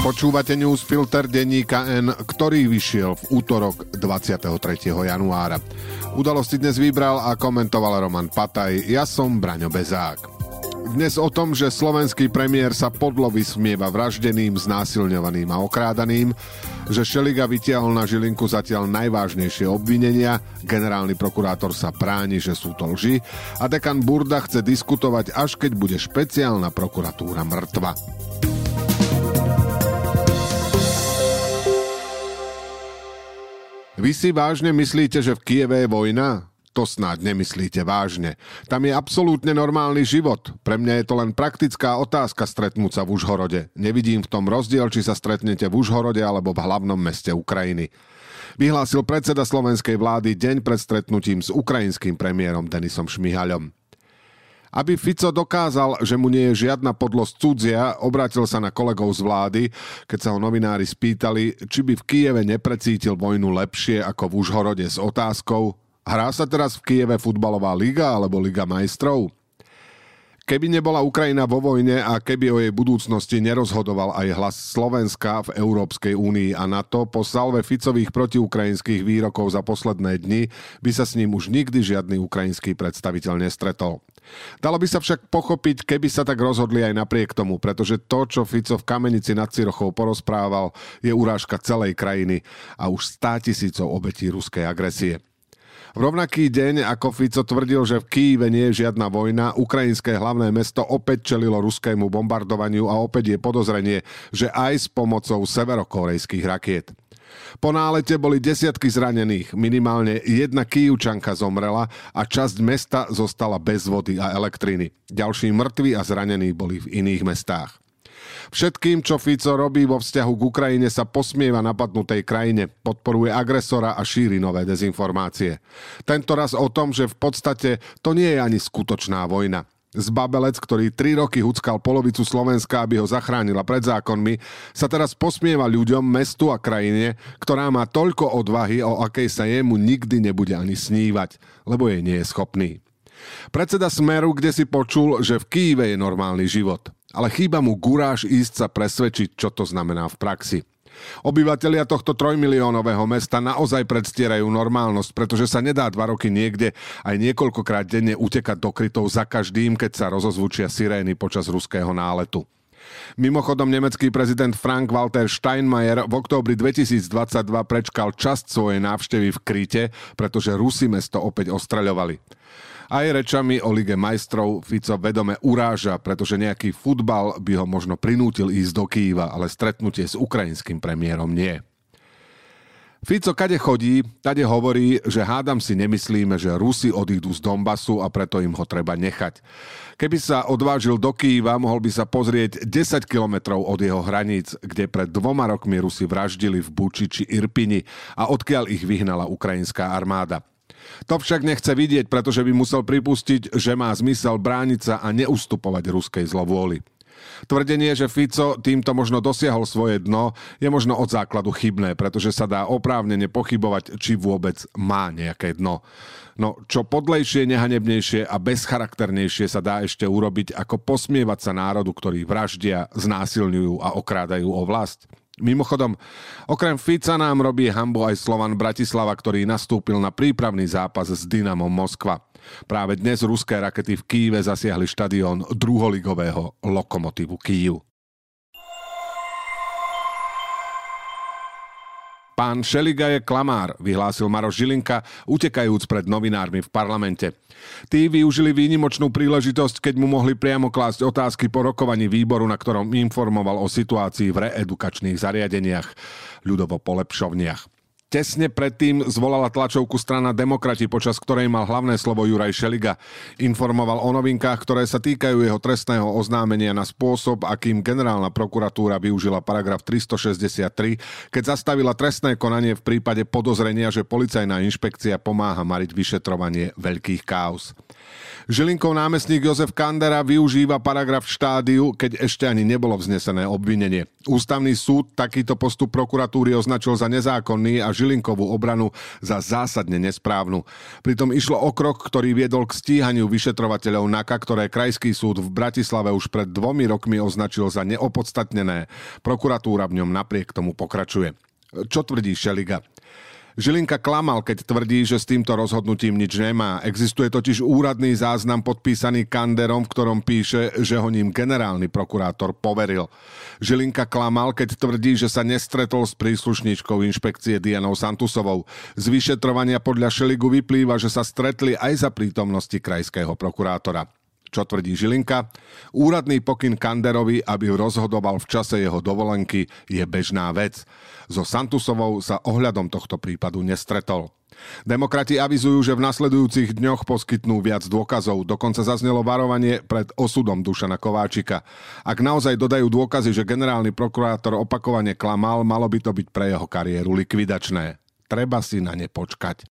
Počúvate newsfilter denníka N, ktorý vyšiel v útorok 23. januára. Udalosti dnes vybral a komentoval Roman Pataj, ja som Braňo Bezák. Dnes o tom, že slovenský premiér sa podlo vysmieva vraždeným, znásilňovaným a okrádaným, že Šeliga vytiahol na Žilinku zatiaľ najvážnejšie obvinenia, generálny prokurátor sa bráni, že sú to lži a dekan Burda chce diskutovať, až keď bude špeciálna prokuratúra mŕtva. Vy si vážne myslíte, že v Kieve je vojna? To snáď nemyslíte vážne. Tam je absolútne normálny život. Pre mňa je to len praktická otázka stretnúť sa v Užhorode. Nevidím v tom rozdiel, či sa stretnete v Užhorode alebo v hlavnom meste Ukrajiny. Vyhlásil predseda slovenskej vlády deň pred stretnutím s ukrajinským premiérom Denisom Šmihaľom. Aby Fico dokázal, že mu nie je žiadna podlosť cudzia, obrátil sa na kolegov z vlády, keď sa ho novinári spýtali, či by v Kieve neprecítil vojnu lepšie ako v Užhorode s otázkou: hrá sa teraz v Kieve futbalová liga alebo Liga majstrov? Keby nebola Ukrajina vo vojne a keby o jej budúcnosti nerozhodoval aj hlas Slovenska v Európskej únii a NATO, po salve Ficových protiukrajinských výrokov za posledné dni by sa s ním už nikdy žiadny ukrajinský predstaviteľ nestretol. Dalo by sa však pochopiť, keby sa tak rozhodli aj napriek tomu, pretože to, čo Fico v Kamenici nad Cirochou porozprával, je urážka celej krajiny a už 100 000 obetí ruskej agresie. V rovnaký deň, ako Fico tvrdil, že v Kyjeve nie je žiadna vojna, ukrajinské hlavné mesto opäť čelilo ruskému bombardovaniu a opäť je podozrenie, že aj s pomocou severokórejských rakiet. Po nálete boli desiatky zranených, minimálne jedna Kyjevčanka zomrela a časť mesta zostala bez vody a elektriny. Ďalší mŕtvi a zranení boli v iných mestách. Všetkým, čo Fico robí vo vzťahu k Ukrajine, sa posmieva napadnutej krajine, podporuje agresora a šíri nové dezinformácie. Tento raz o tom, že v podstate to nie je ani skutočná vojna. Zbabelec, ktorý 3 roky huckal polovicu Slovenska, aby ho zachránila pred zákonmi, sa teraz posmieva ľuďom, mestu a krajine, ktorá má toľko odvahy, o akej sa jemu nikdy nebude ani snívať, lebo jej nie je schopný. Predseda Smeru kdesi počul, že v Kyjeve je normálny život, ale chýba mu guráž ísť sa presvedčiť, čo to znamená v praxi. Obyvatelia tohto 3-miliónového mesta naozaj predstierajú normálnosť, pretože sa nedá 2 roky niekde aj niekoľkokrát denne utekať do krytov za každým, keď sa rozozvučia sirény počas ruského náletu. Mimochodom, nemecký prezident Frank-Walter Steinmeier v októbri 2022 prečkal časť svojej návštevy v Kryte, pretože Rusi mesto opäť ostreľovali. Aj rečami o Lige majstrov Fico vedome uráža, pretože nejaký futbal by ho možno prinútil ísť do Kyjeva, ale stretnutie s ukrajinským premiérom nie. Fico kade chodí, tade hovorí, že hádam si nemyslíme, že Rusi odídu z Donbasu a preto im ho treba nechať. Keby sa odvážil do Kyjeva, mohol by sa pozrieť 10 kilometrov od jeho hraníc, kde pred 2 rokmi Rusi vraždili v Buči či Irpini a odkiaľ ich vyhnala ukrajinská armáda. To však nechce vidieť, pretože by musel pripustiť, že má zmysel brániť sa a neustupovať ruskej zlovôli. Tvrdenie, že Fico týmto možno dosiahol svoje dno, je možno od základu chybné, pretože sa dá oprávnene pochybovať, či vôbec má nejaké dno. No, čo podlejšie, nehanebnejšie a bezcharakternejšie sa dá ešte urobiť, ako posmievať sa národu, ktorý vraždia, znásilňujú a okrádajú o vlast. Mimochodom, okrem Fica nám robí hanbu aj Slovan Bratislava, ktorý nastúpil na prípravný zápas s Dynamom Moskva. Práve dnes ruské rakety v Kyjeve zasiahli štadión druholigového Lokomotívu Kyjiv. Pán Šeliga je klamár, vyhlásil Maroš Žilinka, utekajúc pred novinármi v parlamente. Tí využili výnimočnú príležitosť, keď mu mohli priamo klásť otázky po rokovaní výboru, na ktorom informoval o situácii v reedukačných zariadeniach, ľudovo polepšovniach. Tesne predtým zvolala tlačovku strana Demokrati, počas ktorej mal hlavné slovo Juraj Šeliga. Informoval o novinkách, ktoré sa týkajú jeho trestného oznámenia na spôsob, akým generálna prokuratúra využila paragraf 363, keď zastavila trestné konanie v prípade podozrenia, že policajná inšpekcia pomáha mariť vyšetrovanie veľkých káuz. Žilinkov námestník Jozef Kandera využíva paragraf v štádiu, keď ešte ani nebolo vznesené obvinenie. Ústavný súd takýto postup prokuratúry označil za nezákonný a Žilinkovú obranu za zásadne nesprávnu. Pritom išlo o krok, ktorý viedol k stíhaniu vyšetrovateľov NAKA, ktoré Krajský súd v Bratislave už pred 2 rokmi označil za neopodstatnené. Prokuratúra v ňom napriek tomu pokračuje. Čo tvrdí Šeliga? Žilinka klamal, keď tvrdí, že s týmto rozhodnutím nič nemá. Existuje totiž úradný záznam podpísaný Kanderom, v ktorom píše, že ho ním generálny prokurátor poveril. Žilinka klamal, keď tvrdí, že sa nestretol s príslušníčkou inšpekcie Dianou Santusovou. Z vyšetrovania podľa Šeligu vyplýva, že sa stretli aj za prítomnosti krajského prokurátora. Čo tvrdí Žilinka? Úradný pokyn Kanderovi, aby rozhodoval v čase jeho dovolenky, je bežná vec. So Santusovou sa ohľadom tohto prípadu nestretol. Demokrati avizujú, že v nasledujúcich dňoch poskytnú viac dôkazov. Dokonca zaznelo varovanie pred osudom Dušana Kováčika. Ak naozaj dodajú dôkazy, že generálny prokurátor opakovane klamal, malo by to byť pre jeho kariéru likvidačné. Treba si na ne počkať.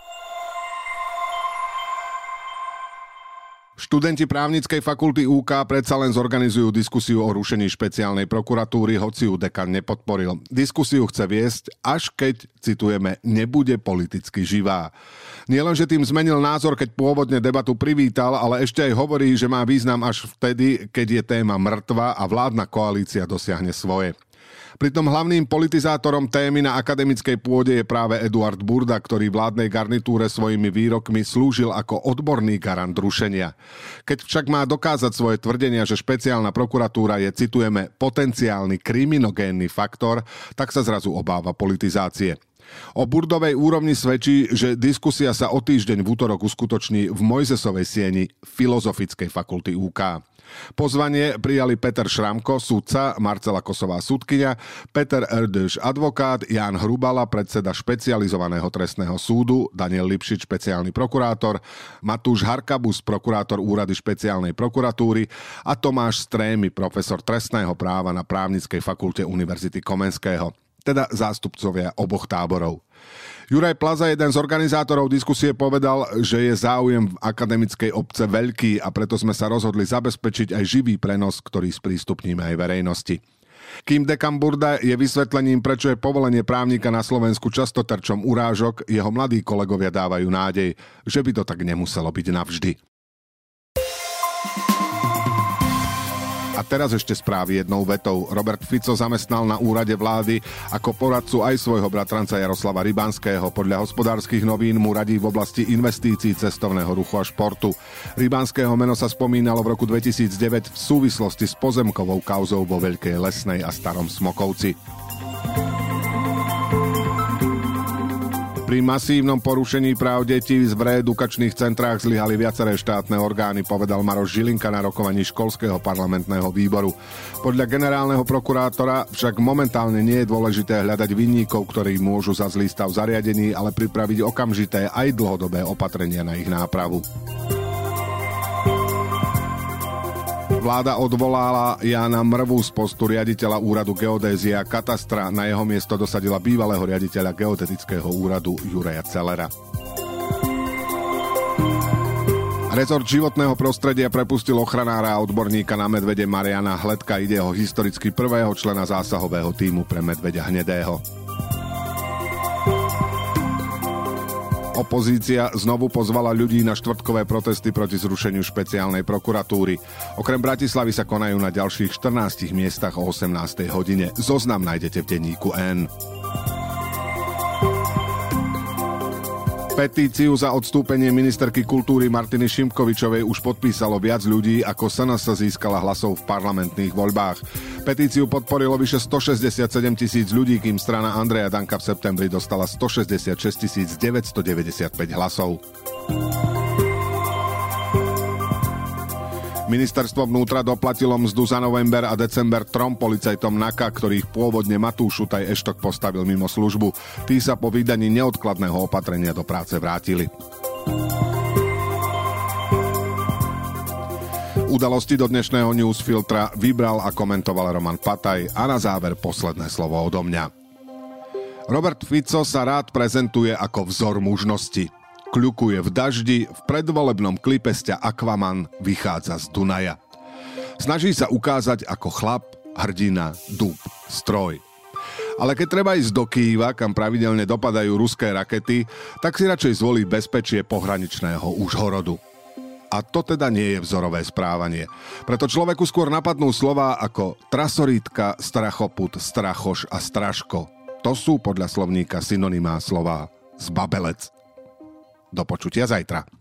Študenti právnickej fakulty UK predsa len zorganizujú diskusiu o rušení špeciálnej prokuratúry, hoci ju dekan nepodporil. Diskusiu chce viesť, až keď, citujeme, nebude politicky živá. Nielenže tým zmenil názor, keď pôvodne debatu privítal, ale ešte aj hovorí, že má význam až vtedy, keď je téma mŕtva a vládna koalícia dosiahne svoje. Pritom hlavným politizátorom témy na akademickej pôde je práve Eduard Burda, ktorý vládnej garnitúre svojimi výrokmi slúžil ako odborný garant rušenia. Keď však má dokázať svoje tvrdenia, že špeciálna prokuratúra je, citujeme, potenciálny kriminogénny faktor, tak sa zrazu obáva politizácie. O Burdovej úrovni svedčí, že diskusia sa o týždeň v útorok uskutoční v Mojzesovej sieni Filozofickej fakulty UK. Pozvanie prijali Peter Šramko, sudca, Marcela Kosová, sudkyňa, Peter Erdős, advokát, Ján Hrubala, predseda špecializovaného trestného súdu, Daniel Lipšič, špeciálny prokurátor, Matúš Harkabus, prokurátor úrady špeciálnej prokuratúry a Tomáš Strémy, profesor trestného práva na Právnickej fakulte Univerzity Komenského. Teda zástupcovia oboch táborov. Juraj Plaza, jeden z organizátorov diskusie, povedal, že je záujem v akademickej obce veľký a preto sme sa rozhodli zabezpečiť aj živý prenos, ktorý sprístupníme aj verejnosti. Kým dekan Burda je vysvetlením, prečo je povolenie právnika na Slovensku často terčom urážok, jeho mladí kolegovia dávajú nádej, že by to tak nemuselo byť navždy. A teraz ešte správy jednou vetou. Robert Fico zamestnal na úrade vlády ako poradcu aj svojho bratranca Jaroslava Rybánskeho. Podľa Hospodárskych novín mu radí v oblasti investícií, cestovného ruchu a športu. Rybánskeho meno sa spomínalo v roku 2009 v súvislosti s pozemkovou kauzou vo Veľkej Lesnej a Starom Smokovci. Pri masívnom porušení práv detí v reedukačných centrách zlyhali viaceré štátne orgány, povedal Maroš Žilinka na rokovaní školského parlamentného výboru. Podľa generálneho prokurátora však momentálne nie je dôležité hľadať vinníkov, ktorí môžu za zlý stav zariadení, ale pripraviť okamžité aj dlhodobé opatrenia na ich nápravu. Vláda odvolala Jána Mrvu z postu riaditeľa úradu geodézie a katastra. Na jeho miesto dosadila bývalého riaditeľa geodetického úradu Juraja Celera. Rezort životného prostredia prepustil ochranára a odborníka na medvede Mariana Hledka. Ide o historicky prvého člena zásahového tímu pre medveďa hnedého. Opozícia znovu pozvala ľudí na štvrtkové protesty proti zrušeniu špeciálnej prokuratúry. Okrem Bratislavy sa konajú na ďalších 14 miestach o 18. hodine. Zoznam nájdete v denníku N. Petíciu za odstúpenie ministerky kultúry Martiny Šimkovičovej už podpísalo viac ľudí, ako SNS získala hlasov v parlamentných voľbách. Petíciu podporilo vyše 167 000 ľudí, kým strana Andreja Danka v septembri dostala 166 995 hlasov. Ministerstvo vnútra doplatilo mzdu za november a december 3 policajtom NAKA, ktorých pôvodne Matúš Šutaj Eštok postavil mimo službu. Tí sa po vydaní neodkladného opatrenia do práce vrátili. Udalosti do dnešného newsfiltra vybral a komentoval Roman Pataj a na záver posledné slovo odo mňa. Robert Fico sa rád prezentuje ako vzor mužnosti. Kľukuje v daždi, v predvolebnom klipe z Aquaman vychádza z Dunaja. Snaží sa ukázať ako chlap, hrdina, dúb, stroj. Ale keď treba ísť do Kyjeva, kam pravidelne dopadajú ruské rakety, tak si radšej zvolí bezpečie pohraničného Užhorodu. A to teda nie je vzorové správanie. Preto človeku skôr napadnú slová ako trasorítka, strachoput, strachoš a straško. To sú podľa slovníka synonymá slová zbabelec. Do počutia zajtra.